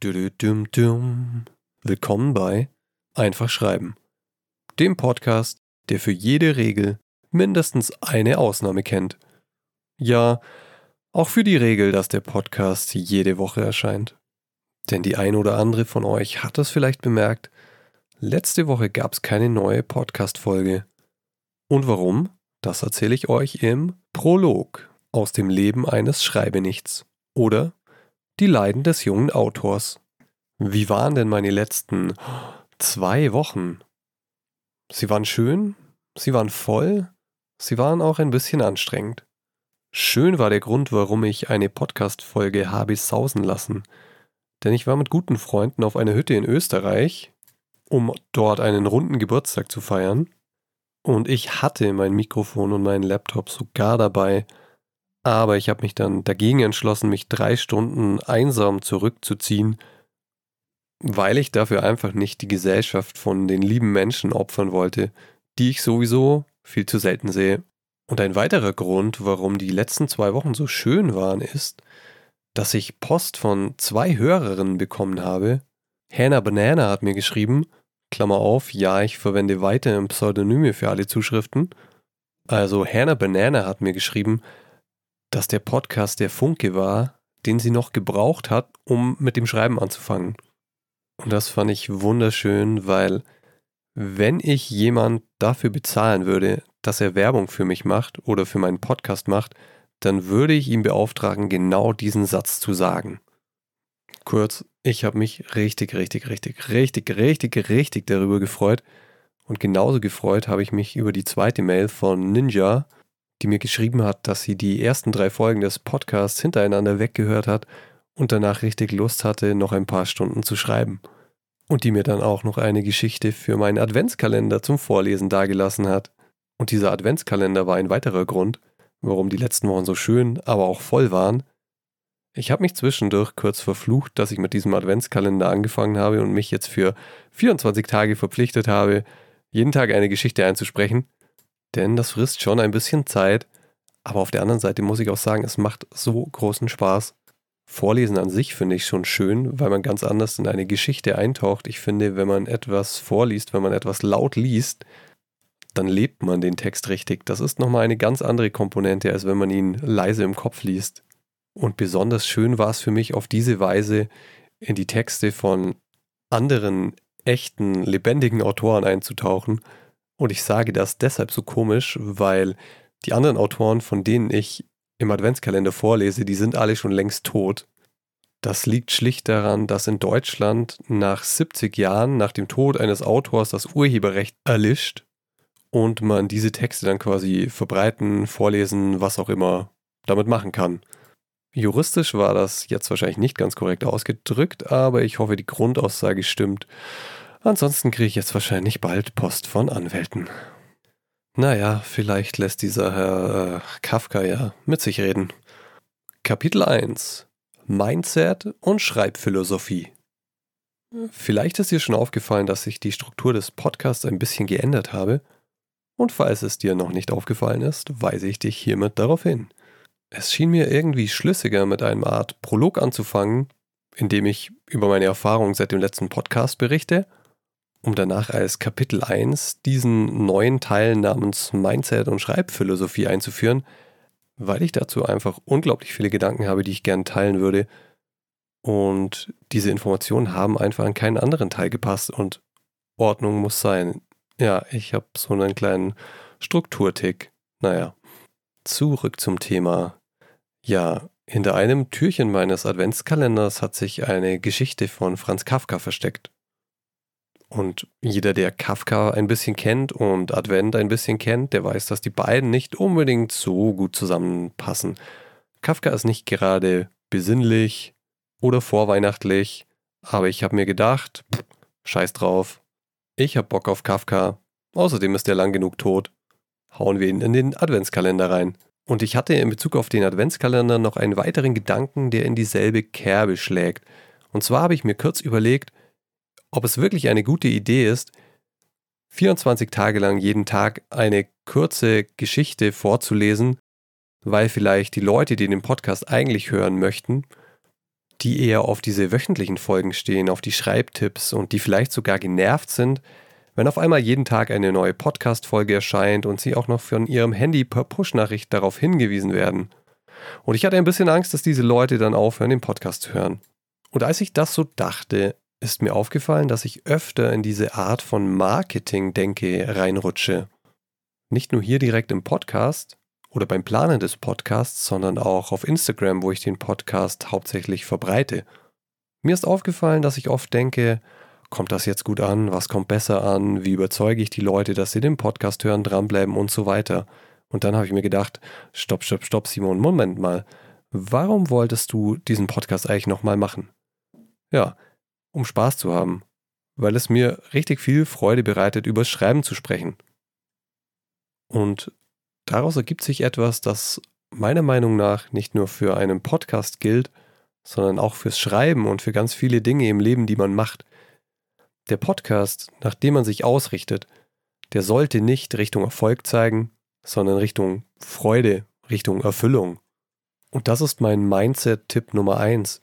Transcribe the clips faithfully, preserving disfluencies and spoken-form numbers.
Dü-dü-düm-düm. Willkommen bei Einfach schreiben, dem Podcast, der für jede Regel mindestens eine Ausnahme kennt. Ja, auch für die Regel, dass der Podcast jede Woche erscheint. Denn die ein oder andere von euch hat es vielleicht bemerkt, letzte Woche gab es keine neue Podcast-Folge. Und warum? Das erzähle ich euch im Prolog aus dem Leben eines Schreibenichts oder die Leiden des jungen Autors. Wie waren denn meine letzten zwei Wochen? Sie waren schön, sie waren voll, sie waren auch ein bisschen anstrengend. Schön war der Grund, warum ich eine Podcast-Folge habe sausen lassen. Denn ich war mit guten Freunden auf einer Hütte in Österreich, um dort einen runden Geburtstag zu feiern. Und ich hatte mein Mikrofon und meinen Laptop sogar dabei, aber ich habe mich dann dagegen entschlossen, mich drei Stunden einsam zurückzuziehen, weil ich dafür einfach nicht die Gesellschaft von den lieben Menschen opfern wollte, die ich sowieso viel zu selten sehe. Und ein weiterer Grund, warum die letzten zwei Wochen so schön waren, ist, dass ich Post von zwei Hörerinnen bekommen habe. Hannah Banana hat mir geschrieben, Klammer auf, ja, ich verwende weiterhin Pseudonyme für alle Zuschriften. Also Hannah Banana hat mir geschrieben, dass der Podcast der Funke war, den sie noch gebraucht hat, um mit dem Schreiben anzufangen. Und das fand ich wunderschön, weil wenn ich jemand dafür bezahlen würde, dass er Werbung für mich macht oder für meinen Podcast macht, dann würde ich ihn beauftragen, genau diesen Satz zu sagen. Kurz, ich habe mich richtig, richtig, richtig, richtig, richtig, richtig darüber gefreut. Und genauso gefreut habe ich mich über die zweite Mail von Ninja, die mir geschrieben hat, dass sie die ersten drei Folgen des Podcasts hintereinander weggehört hat und danach richtig Lust hatte, noch ein paar Stunden zu schreiben. Und die mir dann auch noch eine Geschichte für meinen Adventskalender zum Vorlesen dagelassen hat. Und dieser Adventskalender war ein weiterer Grund, warum die letzten Wochen so schön, aber auch voll waren. Ich habe mich zwischendurch kurz verflucht, dass ich mit diesem Adventskalender angefangen habe und mich jetzt für vierundzwanzig Tage verpflichtet habe, jeden Tag eine Geschichte einzusprechen. Denn das frisst schon ein bisschen Zeit, aber auf der anderen Seite muss ich auch sagen, es macht so großen Spaß. Vorlesen an sich finde ich schon schön, weil man ganz anders in eine Geschichte eintaucht. Ich finde, wenn man etwas vorliest, wenn man etwas laut liest, dann lebt man den Text richtig. Das ist nochmal eine ganz andere Komponente, als wenn man ihn leise im Kopf liest. Und besonders schön war es für mich, auf diese Weise in die Texte von anderen, echten, lebendigen Autoren einzutauchen. Und ich sage das deshalb so komisch, weil die anderen Autoren, von denen ich im Adventskalender vorlese, die sind alle schon längst tot. Das liegt schlicht daran, dass in Deutschland nach siebzig Jahren nach dem Tod eines Autors das Urheberrecht erlischt und man diese Texte dann quasi verbreiten, vorlesen, was auch immer damit machen kann. Juristisch war das jetzt wahrscheinlich nicht ganz korrekt ausgedrückt, aber ich hoffe, die Grundaussage stimmt. Ansonsten kriege ich jetzt wahrscheinlich bald Post von Anwälten. Naja, vielleicht lässt dieser Herr äh, Kafka ja mit sich reden. Kapitel eins: Mindset und Schreibphilosophie. Vielleicht ist dir schon aufgefallen, dass ich die Struktur des Podcasts ein bisschen geändert habe. Und falls es dir noch nicht aufgefallen ist, weise ich dich hiermit darauf hin. Es schien mir irgendwie schlüssiger, mit einer Art Prolog anzufangen, in dem ich über meine Erfahrungen seit dem letzten Podcast berichte, um danach als Kapitel eins diesen neuen Teil namens Mindset und Schreibphilosophie einzuführen, weil ich dazu einfach unglaublich viele Gedanken habe, die ich gerne teilen würde. Und diese Informationen haben einfach an keinen anderen Teil gepasst und Ordnung muss sein. Ja, ich habe so einen kleinen Strukturtick. Naja, zurück zum Thema. Ja, hinter einem Türchen meines Adventskalenders hat sich eine Geschichte von Franz Kafka versteckt. Und jeder, der Kafka ein bisschen kennt und Advent ein bisschen kennt, der weiß, dass die beiden nicht unbedingt so gut zusammenpassen. Kafka ist nicht gerade besinnlich oder vorweihnachtlich, aber ich habe mir gedacht, pff, scheiß drauf, ich hab Bock auf Kafka, außerdem ist er lang genug tot. Hauen wir ihn in den Adventskalender rein. Und ich hatte in Bezug auf den Adventskalender noch einen weiteren Gedanken, der in dieselbe Kerbe schlägt. Und zwar habe ich mir kurz überlegt, ob es wirklich eine gute Idee ist, vierundzwanzig Tage lang jeden Tag eine kurze Geschichte vorzulesen, weil vielleicht die Leute, die den Podcast eigentlich hören möchten, die eher auf diese wöchentlichen Folgen stehen, auf die Schreibtipps und die vielleicht sogar genervt sind, wenn auf einmal jeden Tag eine neue Podcast-Folge erscheint und sie auch noch von ihrem Handy per Push-Nachricht darauf hingewiesen werden. Und ich hatte ein bisschen Angst, dass diese Leute dann aufhören, den Podcast zu hören. Und als ich das so dachte, ist mir aufgefallen, dass ich öfter in diese Art von Marketing-Denke reinrutsche. Nicht nur hier direkt im Podcast oder beim Planen des Podcasts, sondern auch auf Instagram, wo ich den Podcast hauptsächlich verbreite. Mir ist aufgefallen, dass ich oft denke, kommt das jetzt gut an, was kommt besser an, wie überzeuge ich die Leute, dass sie den Podcast hören, dranbleiben und so weiter. Und dann habe ich mir gedacht, stopp, stopp, stopp, Simon, Moment mal, warum wolltest du diesen Podcast eigentlich nochmal machen? Ja, um Spaß zu haben, weil es mir richtig viel Freude bereitet, übers Schreiben zu sprechen. Und daraus ergibt sich etwas, das meiner Meinung nach nicht nur für einen Podcast gilt, sondern auch fürs Schreiben und für ganz viele Dinge im Leben, die man macht. Der Podcast, nach dem man sich ausrichtet, der sollte nicht Richtung Erfolg zeigen, sondern Richtung Freude, Richtung Erfüllung. Und das ist mein Mindset-Tipp Nummer eins.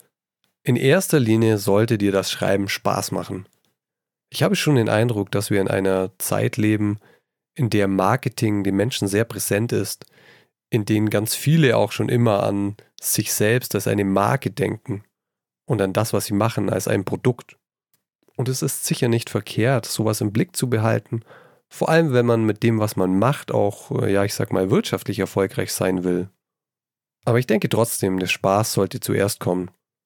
In erster Linie sollte dir das Schreiben Spaß machen. Ich habe schon den Eindruck, dass wir in einer Zeit leben, in der Marketing den Menschen sehr präsent ist, in denen ganz viele auch schon immer an sich selbst als eine Marke denken und an das, was sie machen, als ein Produkt. Und es ist sicher nicht verkehrt, sowas im Blick zu behalten, vor allem wenn man mit dem, was man macht, auch, ja, ich sag mal, wirtschaftlich erfolgreich sein will. Aber ich denke trotzdem, der Spaß sollte zuerst kommen.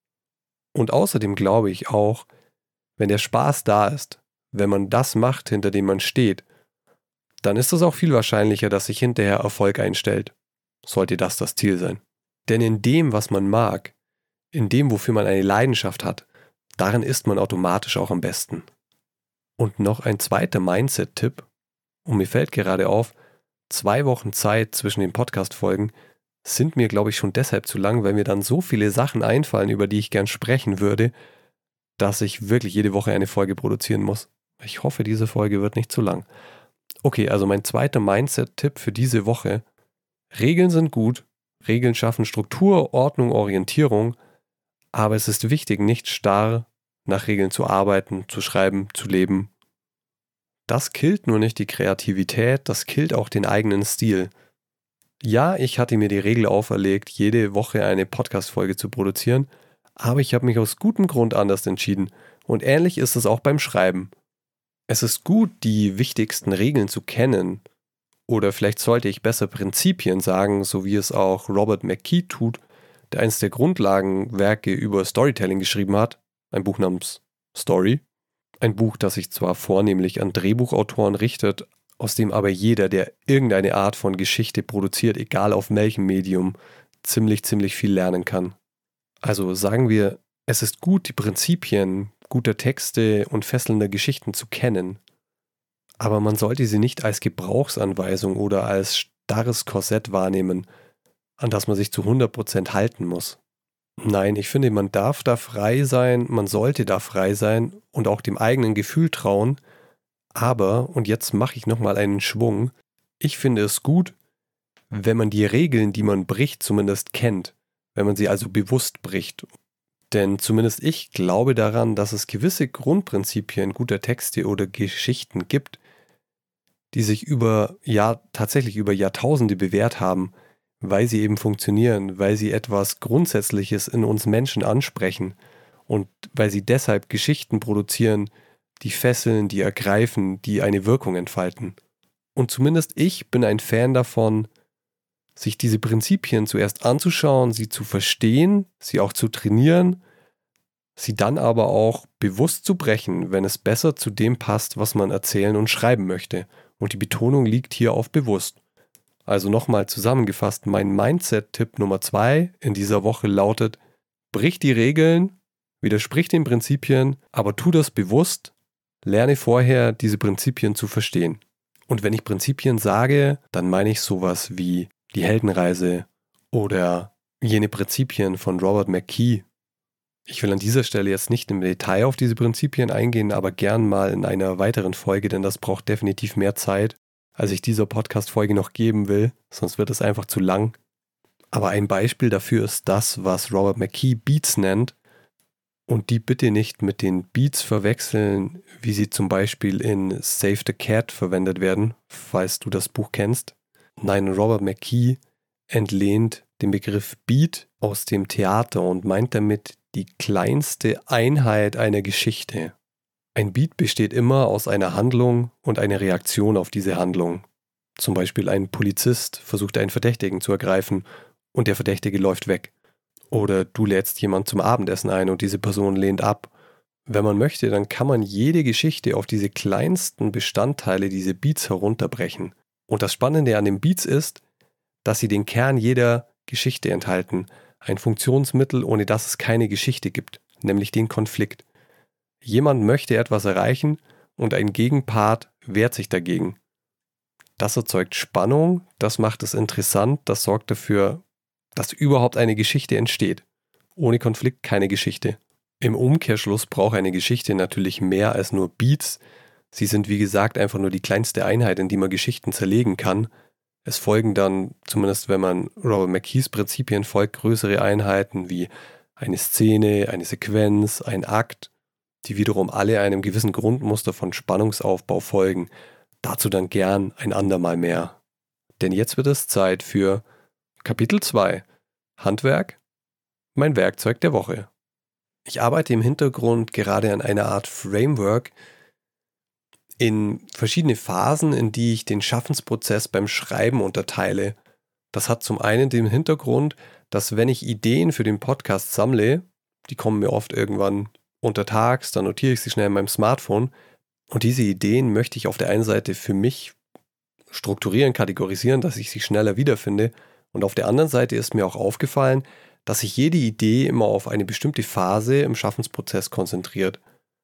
Und außerdem glaube ich auch, wenn der Spaß da ist, wenn man das macht, hinter dem man steht, dann ist es auch viel wahrscheinlicher, dass sich hinterher Erfolg einstellt. Sollte das das Ziel sein. Denn in dem, was man mag, in dem, wofür man eine Leidenschaft hat, darin ist man automatisch auch am besten. Und noch ein zweiter Mindset-Tipp, und mir fällt gerade auf, zwei Wochen Zeit zwischen den Podcast-Folgen sind mir, glaube ich, schon deshalb zu lang, weil mir dann so viele Sachen einfallen, über die ich gern sprechen würde, dass ich wirklich jede Woche eine Folge produzieren muss. Ich hoffe, diese Folge wird nicht zu lang. Okay, also mein zweiter Mindset-Tipp für diese Woche. Regeln sind gut, Regeln schaffen Struktur, Ordnung, Orientierung, aber es ist wichtig, nicht starr nach Regeln zu arbeiten, zu schreiben, zu leben. Das killt nur nicht die Kreativität, das killt auch den eigenen Stil. Ja, ich hatte mir die Regel auferlegt, jede Woche eine Podcast-Folge zu produzieren, aber ich habe mich aus gutem Grund anders entschieden und ähnlich ist es auch beim Schreiben. Es ist gut, die wichtigsten Regeln zu kennen, oder vielleicht sollte ich besser Prinzipien sagen, so wie es auch Robert McKee tut, der eines der Grundlagenwerke über Storytelling geschrieben hat, ein Buch namens Story. Ein Buch, das sich zwar vornehmlich an Drehbuchautoren richtet, aus dem aber jeder, der irgendeine Art von Geschichte produziert, egal auf welchem Medium, ziemlich, ziemlich viel lernen kann. Also sagen wir, es ist gut, die Prinzipien guter Texte und fesselnder Geschichten zu kennen, aber man sollte sie nicht als Gebrauchsanweisung oder als starres Korsett wahrnehmen, an das man sich zu hundert Prozent halten muss. Nein, ich finde, man darf da frei sein, man sollte da frei sein und auch dem eigenen Gefühl trauen, aber, und jetzt mache ich nochmal einen Schwung, ich finde es gut, wenn man die Regeln, die man bricht, zumindest kennt, wenn man sie also bewusst bricht. Denn zumindest ich glaube daran, dass es gewisse Grundprinzipien guter Texte oder Geschichten gibt, die sich über, ja, tatsächlich über Jahrtausende bewährt haben, weil sie eben funktionieren, weil sie etwas Grundsätzliches in uns Menschen ansprechen und weil sie deshalb Geschichten produzieren, die fesseln, die ergreifen, die eine Wirkung entfalten. Und zumindest ich bin ein Fan davon, sich diese Prinzipien zuerst anzuschauen, sie zu verstehen, sie auch zu trainieren, sie dann aber auch bewusst zu brechen, wenn es besser zu dem passt, was man erzählen und schreiben möchte. Und die Betonung liegt hier auf bewusst. Also nochmal zusammengefasst, mein Mindset-Tipp Nummer zwei in dieser Woche lautet, brich die Regeln, widersprich den Prinzipien, aber tu das bewusst, lerne vorher, diese Prinzipien zu verstehen. Und wenn ich Prinzipien sage, dann meine ich sowas wie die Heldenreise oder jene Prinzipien von Robert McKee. Ich will an dieser Stelle jetzt nicht im Detail auf diese Prinzipien eingehen, aber gern mal in einer weiteren Folge, denn das braucht definitiv mehr Zeit, als ich dieser Podcast-Folge noch geben will, sonst wird es einfach zu lang. Aber ein Beispiel dafür ist das, was Robert McKee Beats nennt. Und die bitte nicht mit den Beats verwechseln, wie sie zum Beispiel in Save the Cat verwendet werden, falls du das Buch kennst. Nein, Robert McKee entlehnt den Begriff Beat aus dem Theater und meint damit die kleinste Einheit einer Geschichte. Ein Beat besteht immer aus einer Handlung und einer Reaktion auf diese Handlung. Zum Beispiel ein Polizist versucht einen Verdächtigen zu ergreifen und der Verdächtige läuft weg. Oder du lädst jemanden zum Abendessen ein und diese Person lehnt ab. Wenn man möchte, dann kann man jede Geschichte auf diese kleinsten Bestandteile, diese Beats herunterbrechen. Und das Spannende an den Beats ist, dass sie den Kern jeder Geschichte enthalten. Ein Funktionsmittel, ohne das es keine Geschichte gibt, nämlich den Konflikt. Jemand möchte etwas erreichen und ein Gegenpart wehrt sich dagegen. Das erzeugt Spannung, das macht es interessant, das sorgt dafür, dass überhaupt eine Geschichte entsteht. Ohne Konflikt keine Geschichte. Im Umkehrschluss braucht eine Geschichte natürlich mehr als nur Beats. Sie sind wie gesagt einfach nur die kleinste Einheit, in die man Geschichten zerlegen kann. Es folgen dann, zumindest wenn man Robert McKees Prinzipien folgt, größere Einheiten wie eine Szene, eine Sequenz, ein Akt, die wiederum alle einem gewissen Grundmuster von Spannungsaufbau folgen. Dazu dann gern ein andermal mehr. Denn jetzt wird es Zeit für Kapitel zwei. Handwerk, mein Werkzeug der Woche. Ich arbeite im Hintergrund gerade an einer Art Framework in verschiedene Phasen, in die ich den Schaffensprozess beim Schreiben unterteile. Das hat zum einen den Hintergrund, dass wenn ich Ideen für den Podcast sammle, die kommen mir oft irgendwann untertags, dann notiere ich sie schnell in meinem Smartphone und diese Ideen möchte ich auf der einen Seite für mich strukturieren, kategorisieren, dass ich sie schneller wiederfinde. Und auf der anderen Seite ist mir auch aufgefallen, dass sich jede Idee immer auf eine bestimmte Phase im Schaffensprozess konzentriert.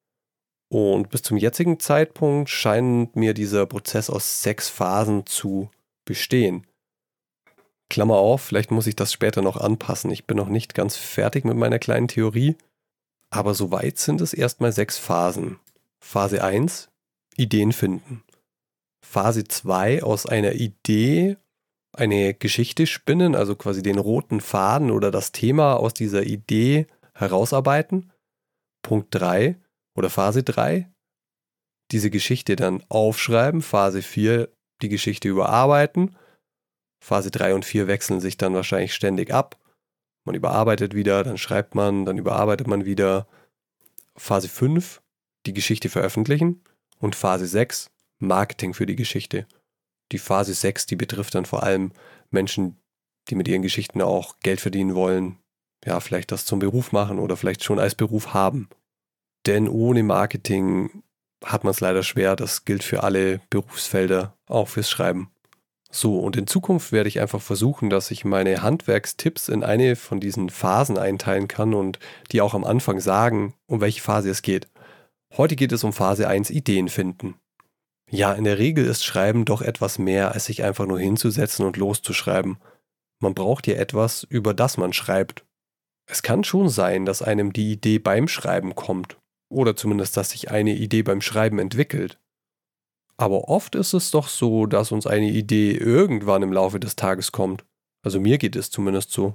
Und bis zum jetzigen Zeitpunkt scheint mir dieser Prozess aus sechs Phasen zu bestehen. Klammer auf, vielleicht muss ich das später noch anpassen. Ich bin noch nicht ganz fertig mit meiner kleinen Theorie, aber soweit sind es erstmal sechs Phasen. Phase eins, Ideen finden. Phase zwei, aus einer Idee eine Geschichte spinnen, also quasi den roten Faden oder das Thema aus dieser Idee herausarbeiten. Punkt drei oder Phase drei, diese Geschichte dann aufschreiben. Phase vier, die Geschichte überarbeiten. Phase drei und vier wechseln sich dann wahrscheinlich ständig ab. Man überarbeitet wieder, dann schreibt man, dann überarbeitet man wieder. Phase fünf, die Geschichte veröffentlichen. Und Phase sechs, Marketing für die Geschichte. Die Phase sechs, die betrifft dann vor allem Menschen, die mit ihren Geschichten auch Geld verdienen wollen, ja, vielleicht das zum Beruf machen oder vielleicht schon als Beruf haben. Denn ohne Marketing hat man es leider schwer, das gilt für alle Berufsfelder, auch fürs Schreiben. So, und in Zukunft werde ich einfach versuchen, dass ich meine Handwerkstipps in eine von diesen Phasen einteilen kann und die auch am Anfang sagen, um welche Phase es geht. Heute geht es um Phase eins, Ideen finden. Ja, in der Regel ist Schreiben doch etwas mehr, als sich einfach nur hinzusetzen und loszuschreiben. Man braucht ja etwas, über das man schreibt. Es kann schon sein, dass einem die Idee beim Schreiben kommt. Oder zumindest, dass sich eine Idee beim Schreiben entwickelt. Aber oft ist es doch so, dass uns eine Idee irgendwann im Laufe des Tages kommt. Also mir geht es zumindest so.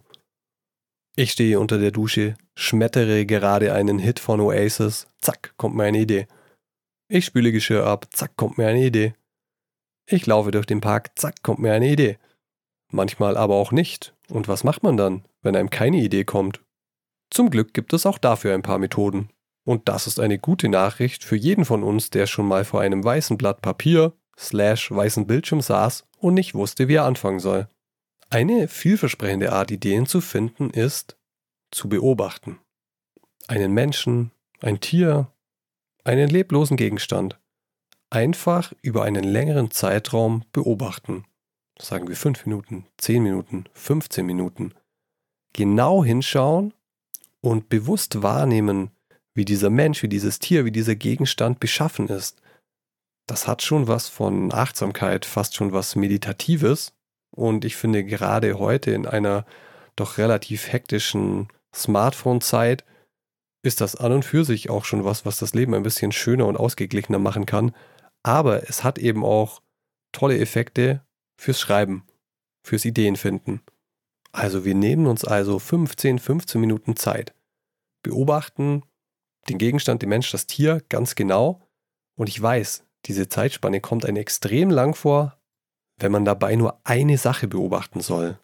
Ich stehe unter der Dusche, schmettere gerade einen Hit von Oasis, zack, kommt mir eine Idee. Ich spüle Geschirr ab, zack, kommt mir eine Idee. Ich laufe durch den Park, zack, kommt mir eine Idee. Manchmal aber auch nicht. Und was macht man dann, wenn einem keine Idee kommt? Zum Glück gibt es auch dafür ein paar Methoden. Und das ist eine gute Nachricht für jeden von uns, der schon mal vor einem weißen Blatt Papier slash weißen Bildschirm saß und nicht wusste, wie er anfangen soll. Eine vielversprechende Art, Ideen zu finden, ist zu beobachten. Einen Menschen, ein Tier, einen leblosen Gegenstand. Einfach über einen längeren Zeitraum beobachten. Sagen wir fünf Minuten, zehn Minuten, fünfzehn Minuten. Genau hinschauen und bewusst wahrnehmen, wie dieser Mensch, wie dieses Tier, wie dieser Gegenstand beschaffen ist. Das hat schon was von Achtsamkeit, fast schon was Meditatives. Und ich finde gerade heute in einer doch relativ hektischen Smartphone-Zeit ist das an und für sich auch schon was, was das Leben ein bisschen schöner und ausgeglichener machen kann. Aber es hat eben auch tolle Effekte fürs Schreiben, fürs Ideenfinden. Also wir nehmen uns also fünfzehn, fünfzehn Minuten Zeit, beobachten den Gegenstand, den Mensch, das Tier ganz genau. Und ich weiß, diese Zeitspanne kommt einem extrem lang vor, wenn man dabei nur eine Sache beobachten soll.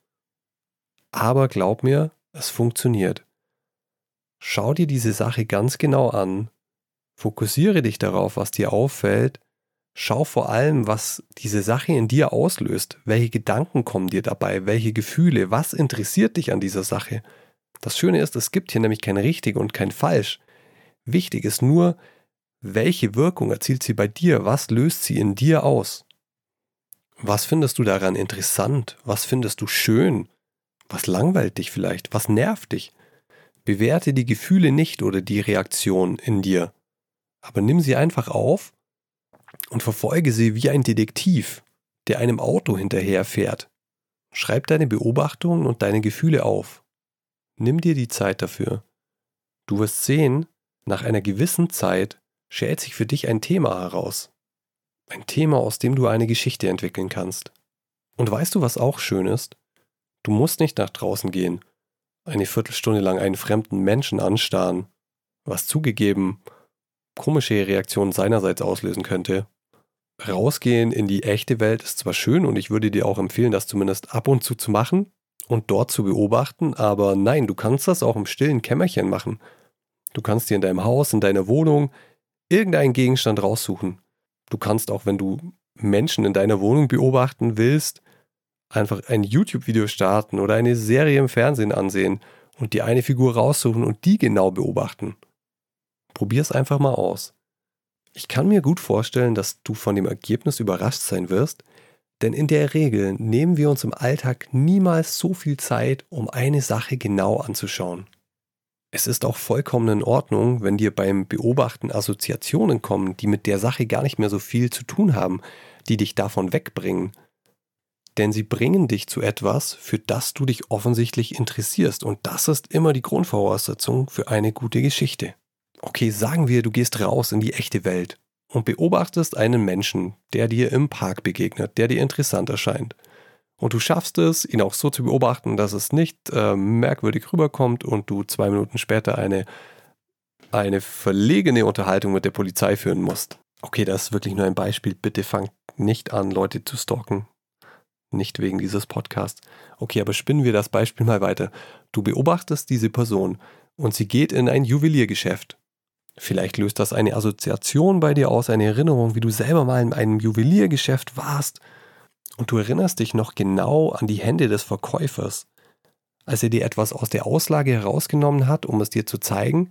Aber glaub mir, es funktioniert. Schau dir diese Sache ganz genau an, fokussiere dich darauf, was dir auffällt, schau vor allem, was diese Sache in dir auslöst, welche Gedanken kommen dir dabei, welche Gefühle, was interessiert dich an dieser Sache. Das Schöne ist, es gibt hier nämlich kein richtig und kein falsch. Wichtig ist nur, welche Wirkung erzielt sie bei dir, was löst sie in dir aus? Was findest du daran interessant? Was findest du schön? Was langweilt dich vielleicht? Was nervt dich? Bewerte die Gefühle nicht oder die Reaktion in dir, aber nimm sie einfach auf und verfolge sie wie ein Detektiv, der einem Auto hinterherfährt. Schreib deine Beobachtungen und deine Gefühle auf. Nimm dir die Zeit dafür. Du wirst sehen, nach einer gewissen Zeit schält sich für dich ein Thema heraus. Ein Thema, aus dem du eine Geschichte entwickeln kannst. Und weißt du, was auch schön ist? Du musst nicht nach draußen gehen, eine Viertelstunde lang einen fremden Menschen anstarren, was zugegeben komische Reaktionen seinerseits auslösen könnte. Rausgehen in die echte Welt ist zwar schön und ich würde dir auch empfehlen, das zumindest ab und zu zu machen und dort zu beobachten, aber nein, du kannst das auch im stillen Kämmerchen machen. Du kannst dir in deinem Haus, in deiner Wohnung irgendeinen Gegenstand raussuchen. Du kannst auch, wenn du Menschen in deiner Wohnung beobachten willst, einfach ein YouTube-Video starten oder eine Serie im Fernsehen ansehen und dir eine Figur raussuchen und die genau beobachten. Probier's einfach mal aus. Ich kann mir gut vorstellen, dass du von dem Ergebnis überrascht sein wirst, denn in der Regel nehmen wir uns im Alltag niemals so viel Zeit, um eine Sache genau anzuschauen. Es ist auch vollkommen in Ordnung, wenn dir beim Beobachten Assoziationen kommen, die mit der Sache gar nicht mehr so viel zu tun haben, die dich davon wegbringen. Denn sie bringen dich zu etwas, für das du dich offensichtlich interessierst. Und das ist immer die Grundvoraussetzung für eine gute Geschichte. Okay, sagen wir, du gehst raus in die echte Welt und beobachtest einen Menschen, der dir im Park begegnet, der dir interessant erscheint. Und du schaffst es, ihn auch so zu beobachten, dass es nicht äh, merkwürdig rüberkommt und du zwei Minuten später eine, eine verlegene Unterhaltung mit der Polizei führen musst. Okay, das ist wirklich nur ein Beispiel. Bitte fangt nicht an, Leute zu stalken. Nicht wegen dieses Podcasts. Okay, aber spinnen wir das Beispiel mal weiter. Du beobachtest diese Person und sie geht in ein Juweliergeschäft. Vielleicht löst das eine Assoziation bei dir aus, eine Erinnerung, wie du selber mal in einem Juweliergeschäft warst. Und du erinnerst dich noch genau an die Hände des Verkäufers, als er dir etwas aus der Auslage herausgenommen hat, um es dir zu zeigen.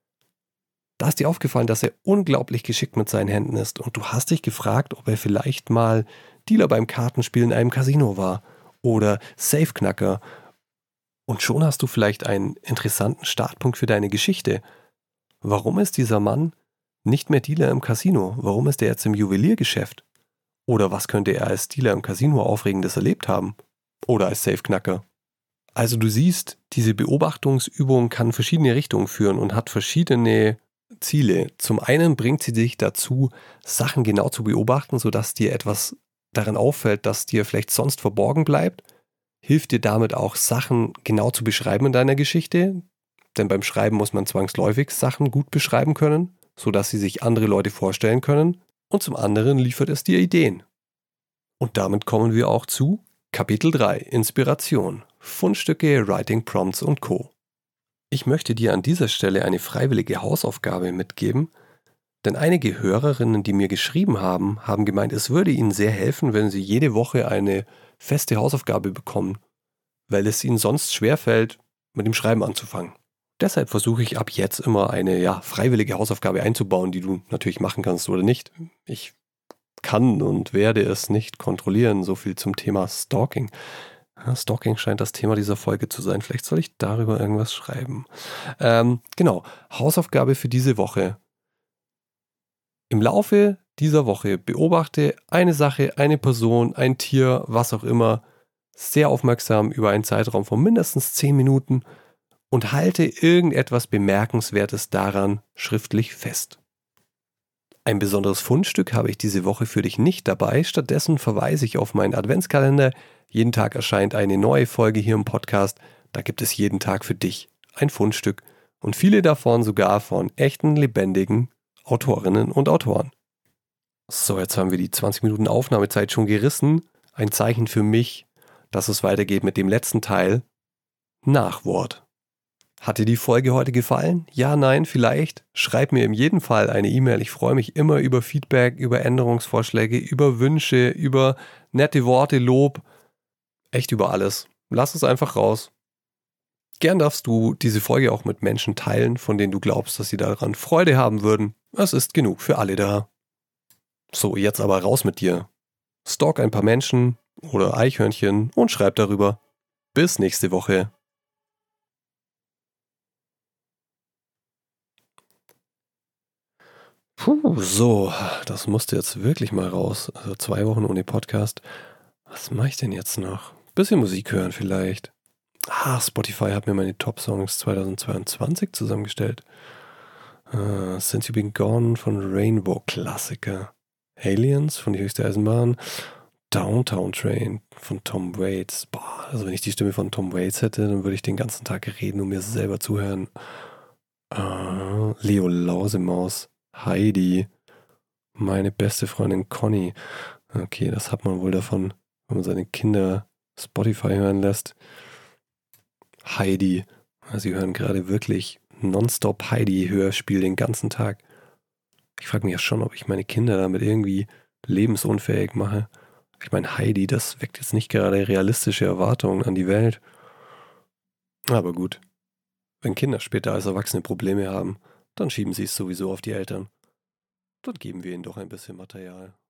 Da ist dir aufgefallen, dass er unglaublich geschickt mit seinen Händen ist und du hast dich gefragt, ob er vielleicht mal Dealer beim Kartenspiel in einem Casino war oder Safeknacker. Und schon hast du vielleicht einen interessanten Startpunkt für deine Geschichte. Warum ist dieser Mann nicht mehr Dealer im Casino? Warum ist er jetzt im Juweliergeschäft? Oder was könnte er als Dealer im Casino Aufregendes erlebt haben? Oder als Safeknacker? Also du siehst, diese Beobachtungsübung kann verschiedene Richtungen führen und hat verschiedene Ziele. Zum einen bringt sie dich dazu, Sachen genau zu beobachten, sodass dir etwas daran auffällt, das dir vielleicht sonst verborgen bleibt. Hilft dir damit auch, Sachen genau zu beschreiben in deiner Geschichte. Denn beim Schreiben muss man zwangsläufig Sachen gut beschreiben können, sodass sie sich andere Leute vorstellen können. Und zum anderen liefert es dir Ideen. Und damit kommen wir auch zu Kapitel drei, Inspiration, Fundstücke, Writing Prompts und Co. Ich möchte dir an dieser Stelle eine freiwillige Hausaufgabe mitgeben, denn einige Hörerinnen, die mir geschrieben haben, haben gemeint, es würde ihnen sehr helfen, wenn sie jede Woche eine feste Hausaufgabe bekommen, weil es ihnen sonst schwerfällt, mit dem Schreiben anzufangen. Deshalb versuche ich ab jetzt immer eine ja, freiwillige Hausaufgabe einzubauen, die du natürlich machen kannst oder nicht. Ich kann und werde es nicht kontrollieren, so viel zum Thema Stalking. Ja, Stalking scheint das Thema dieser Folge zu sein. Vielleicht soll ich darüber irgendwas schreiben. Ähm, genau, Hausaufgabe für diese Woche. Im Laufe dieser Woche beobachte eine Sache, eine Person, ein Tier, was auch immer, sehr aufmerksam über einen Zeitraum von mindestens zehn Minuten und halte irgendetwas Bemerkenswertes daran schriftlich fest. Ein besonderes Fundstück habe ich diese Woche für dich nicht dabei. Stattdessen verweise ich auf meinen Adventskalender. Jeden Tag erscheint eine neue Folge hier im Podcast. Da gibt es jeden Tag für dich ein Fundstück. Und viele davon sogar von echten, lebendigen Autorinnen und Autoren. So, jetzt haben wir die zwanzig Minuten Aufnahmezeit schon gerissen. Ein Zeichen für mich, dass es weitergeht mit dem letzten Teil. Nachwort. Hat dir die Folge heute gefallen? Ja, nein, vielleicht? Schreib mir in jedem Fall eine E-Mail. Ich freue mich immer über Feedback, über Änderungsvorschläge, über Wünsche, über nette Worte, Lob. Echt über alles. Lass es einfach raus. Gern darfst du diese Folge auch mit Menschen teilen, von denen du glaubst, dass sie daran Freude haben würden. Es ist genug für alle da. So, jetzt aber raus mit dir. Stalk ein paar Menschen oder Eichhörnchen und schreib darüber. Bis nächste Woche. Puh, so, das musste jetzt wirklich mal raus. Also zwei Wochen ohne Podcast. Was mache ich denn jetzt noch? Bisschen Musik hören vielleicht. Ah, Spotify hat mir meine Top-Songs zweitausendzweiundzwanzig zusammengestellt. Uh, Since You've Been Gone von Rainbow Klassiker. Aliens von Die höchste Eisenbahn. Downtown Train von Tom Waits. Boah, also wenn ich die Stimme von Tom Waits hätte, dann würde ich den ganzen Tag reden und mir selber zuhören. Uh, Leo Lausemaus. Heidi. Meine beste Freundin Conny. Okay, das hat man wohl davon, wenn man seine Kinder Spotify hören lässt. Heidi. Sie hören gerade wirklich nonstop Heidi-Hörspiel den ganzen Tag. Ich frage mich ja schon, ob ich meine Kinder damit irgendwie lebensunfähig mache. Ich meine, Heidi, das weckt jetzt nicht gerade realistische Erwartungen an die Welt. Aber gut. Wenn Kinder später als Erwachsene Probleme haben, dann schieben sie es sowieso auf die Eltern. Dann geben wir ihnen doch ein bisschen Material.